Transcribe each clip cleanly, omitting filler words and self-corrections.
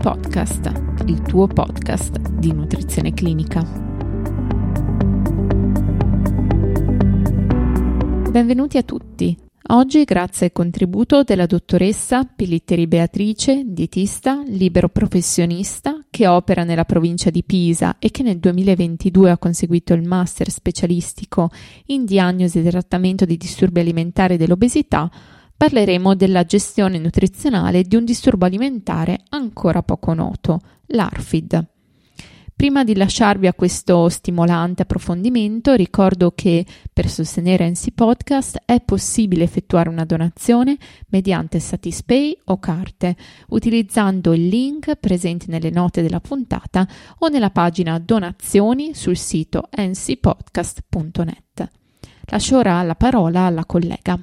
Podcast, il tuo podcast di nutrizione clinica. Benvenuti a tutti. Oggi, grazie al contributo della dottoressa Pillitteri Beatrice, dietista, libero professionista, che opera nella provincia di Pisa e che nel 2022 ha conseguito il master specialistico in diagnosi e trattamento di disturbi alimentari dell'obesità, parleremo della gestione nutrizionale di un disturbo alimentare ancora poco noto, l'ARFID. Prima di lasciarvi a questo stimolante approfondimento, ricordo che per sostenere NC Podcast è possibile effettuare una donazione mediante Satispay o carte, utilizzando il link presente nelle note della puntata o nella pagina donazioni sul sito ncpodcast.net. Lascio ora la parola alla collega.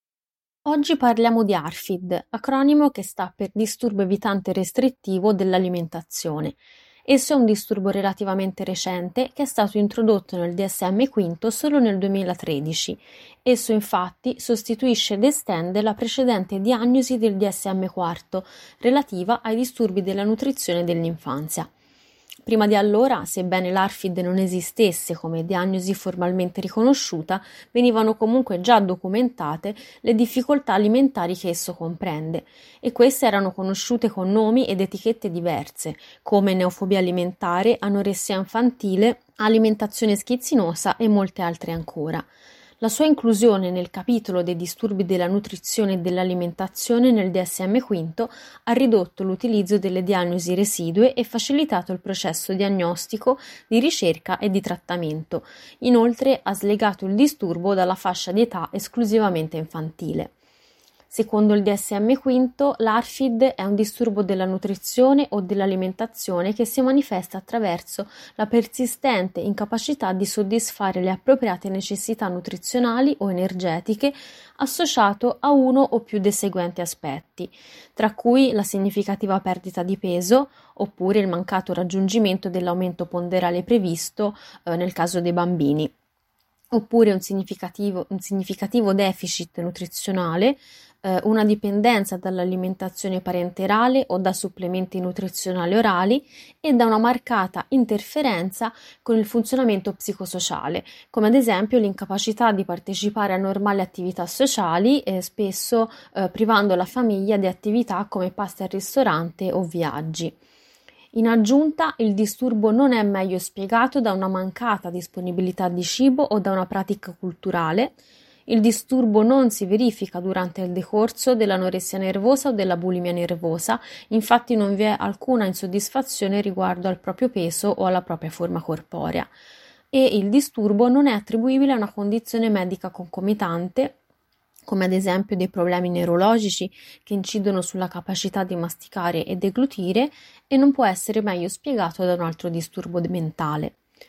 Oggi parliamo di ARFID, acronimo che sta per disturbo evitante restrittivo dell'alimentazione. Esso è un disturbo relativamente recente che è stato introdotto nel DSM-5 solo nel 2013. Esso infatti sostituisce ed estende la precedente diagnosi del DSM-4 relativa ai disturbi della nutrizione dell'infanzia. Prima di allora, sebbene l'ARFID non esistesse come diagnosi formalmente riconosciuta, venivano comunque già documentate le difficoltà alimentari che esso comprende, e queste erano conosciute con nomi ed etichette diverse, come neofobia alimentare, anoressia infantile, alimentazione schizzinosa e molte altre ancora. La sua inclusione nel capitolo dei disturbi della nutrizione e dell'alimentazione nel DSM-5 ha ridotto l'utilizzo delle diagnosi residue e facilitato il processo diagnostico, di ricerca e di trattamento. Inoltre ha slegato il disturbo dalla fascia di età esclusivamente infantile. Secondo il DSM-5, l'ARFID è un disturbo della nutrizione o dell'alimentazione che si manifesta attraverso la persistente incapacità di soddisfare le appropriate necessità nutrizionali o energetiche associato a uno o più dei seguenti aspetti, tra cui la significativa perdita di peso oppure il mancato raggiungimento dell'aumento ponderale previsto nel caso dei bambini, oppure un significativo deficit nutrizionale, una dipendenza dall'alimentazione parenterale o da supplementi nutrizionali orali e da una marcata interferenza con il funzionamento psicosociale, come ad esempio l'incapacità di partecipare a normali attività sociali, spesso privando la famiglia di attività come pasti al ristorante o viaggi. In aggiunta, il disturbo non è meglio spiegato da una mancata disponibilità di cibo o da una pratica culturale. Il disturbo non si verifica durante il decorso dell'anoressia nervosa o della bulimia nervosa, infatti non vi è alcuna insoddisfazione riguardo al proprio peso o alla propria forma corporea. E il disturbo non è attribuibile a una condizione medica concomitante, come ad esempio dei problemi neurologici che incidono sulla capacità di masticare e deglutire, e non può essere meglio spiegato da un altro disturbo mentale.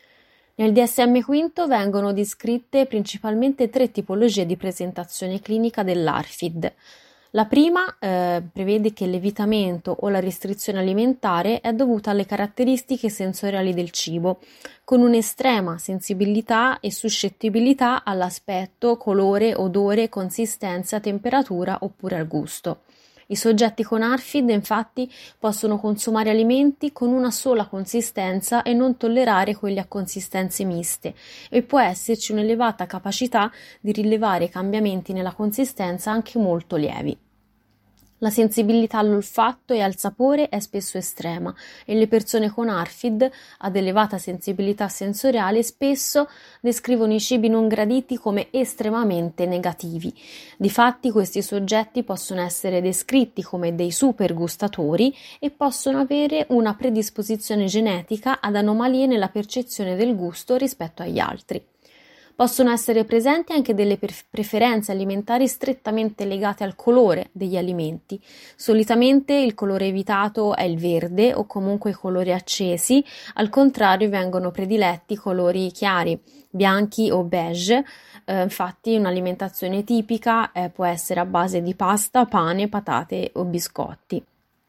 Nel DSM-5 vengono descritte principalmente tre tipologie di presentazione clinica dell'ARFID. La prima prevede che l'evitamento o la restrizione alimentare è dovuta alle caratteristiche sensoriali del cibo, con un'estrema sensibilità e suscettibilità all'aspetto, colore, odore, consistenza, temperatura oppure al gusto. I soggetti con ARFID infatti possono consumare alimenti con una sola consistenza e non tollerare quelli a consistenze miste, e può esserci un'elevata capacità di rilevare cambiamenti nella consistenza anche molto lievi. La sensibilità all'olfatto e al sapore è spesso estrema e le persone con ARFID ad elevata sensibilità sensoriale spesso descrivono i cibi non graditi come estremamente negativi. Difatti questi soggetti possono essere descritti come dei supergustatori e possono avere una predisposizione genetica ad anomalie nella percezione del gusto rispetto agli altri. Possono essere presenti anche delle preferenze alimentari strettamente legate al colore degli alimenti. Solitamente il colore evitato è il verde o comunque i colori accesi, al contrario vengono prediletti colori chiari, bianchi o beige. Infatti un'alimentazione tipica può essere a base di pasta, pane, patate o biscotti.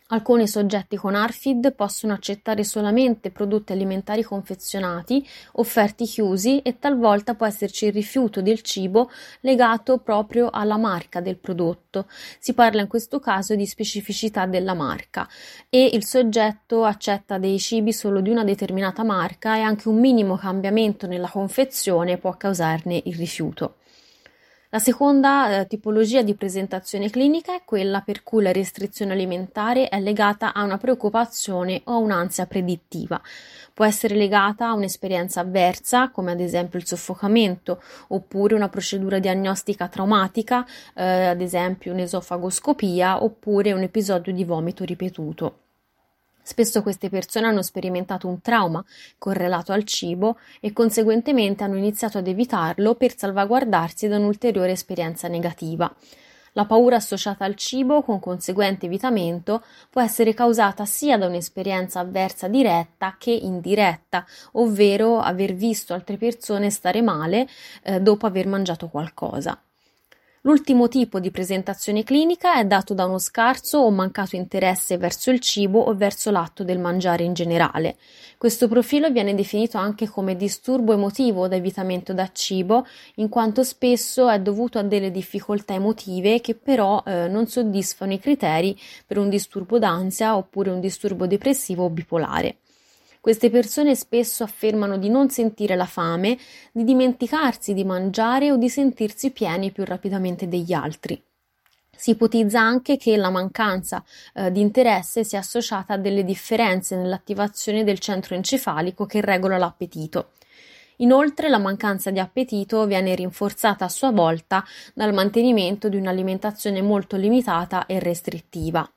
Alcuni soggetti con ARFID possono accettare solamente prodotti alimentari confezionati, offerti chiusi, e talvolta può esserci il rifiuto del cibo legato proprio alla marca del prodotto. Si parla in questo caso di specificità della marca e il soggetto accetta dei cibi solo di una determinata marca e anche un minimo cambiamento nella confezione può causarne il rifiuto. La seconda tipologia di presentazione clinica è quella per cui la restrizione alimentare è legata a una preoccupazione o un'ansia predittiva. Può essere legata a un'esperienza avversa, come ad esempio il soffocamento, oppure una procedura diagnostica traumatica, ad esempio un'esofagoscopia, oppure un episodio di vomito ripetuto. Spesso queste persone hanno sperimentato un trauma correlato al cibo e conseguentemente hanno iniziato ad evitarlo per salvaguardarsi da un'ulteriore esperienza negativa. La paura associata al cibo con conseguente evitamento può essere causata sia da un'esperienza avversa diretta che indiretta, ovvero aver visto altre persone stare male dopo aver mangiato qualcosa. L'ultimo tipo di presentazione clinica è dato da uno scarso o mancato interesse verso il cibo o verso l'atto del mangiare in generale. Questo profilo viene definito anche come disturbo emotivo da evitamento da cibo, in quanto spesso è dovuto a delle difficoltà emotive che però non soddisfano i criteri per un disturbo d'ansia oppure un disturbo depressivo o bipolare. Queste persone spesso affermano di non sentire la fame, di dimenticarsi di mangiare o di sentirsi pieni più rapidamente degli altri. Si ipotizza anche che la mancanza di interesse sia associata a delle differenze nell'attivazione del centro encefalico che regola l'appetito. Inoltre, la mancanza di appetito viene rinforzata a sua volta dal mantenimento di un'alimentazione molto limitata e restrittiva.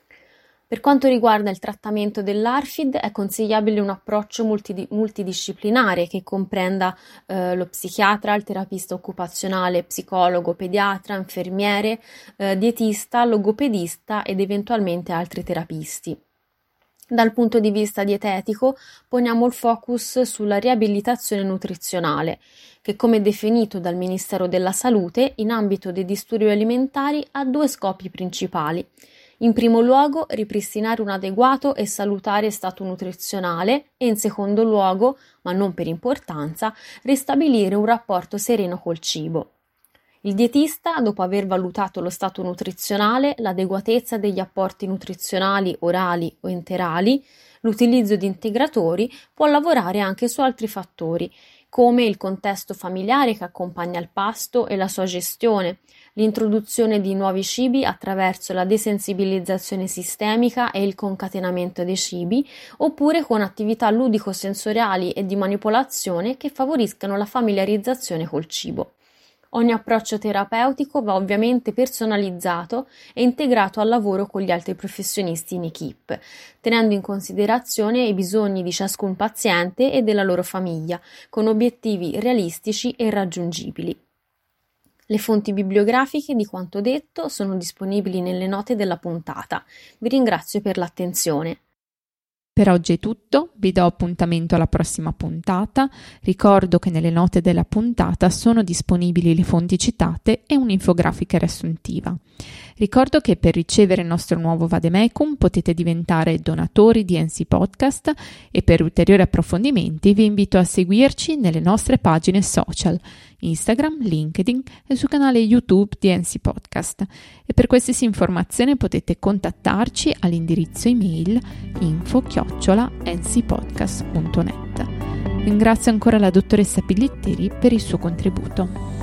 Per quanto riguarda il trattamento dell'ARFID, è consigliabile un approccio multidisciplinare che comprenda lo psichiatra, il terapista occupazionale, psicologo, pediatra, infermiere, dietista, logopedista ed eventualmente altri terapisti. Dal punto di vista dietetico, poniamo il focus sulla riabilitazione nutrizionale, che, come definito dal Ministero della Salute, in ambito dei disturbi alimentari ha due scopi principali. In primo luogo, ripristinare un adeguato e salutare stato nutrizionale e in secondo luogo, ma non per importanza, ristabilire un rapporto sereno col cibo. Il dietista, dopo aver valutato lo stato nutrizionale, l'adeguatezza degli apporti nutrizionali orali o enterali, l'utilizzo di integratori, può lavorare anche su altri fattori, come il contesto familiare che accompagna il pasto e la sua gestione, l'introduzione di nuovi cibi attraverso la desensibilizzazione sistemica e il concatenamento dei cibi, oppure con attività ludico-sensoriali e di manipolazione che favoriscano la familiarizzazione col cibo. Ogni approccio terapeutico va ovviamente personalizzato e integrato al lavoro con gli altri professionisti in equipe, tenendo in considerazione i bisogni di ciascun paziente e della loro famiglia, con obiettivi realistici e raggiungibili. Le fonti bibliografiche di quanto detto sono disponibili nelle note della puntata. Vi ringrazio per l'attenzione. Per oggi è tutto, vi do appuntamento alla prossima puntata. Ricordo che nelle note della puntata sono disponibili le fonti citate e un'infografica riassuntiva. Ricordo che per ricevere il nostro nuovo Vademecum potete diventare donatori di NC Podcast e per ulteriori approfondimenti vi invito a seguirci nelle nostre pagine social, Instagram, LinkedIn e sul canale YouTube di NC Podcast. E per qualsiasi informazione potete contattarci all'indirizzo email info@ncpodcast.net. Ringrazio ancora la dottoressa Pillitteri per il suo contributo.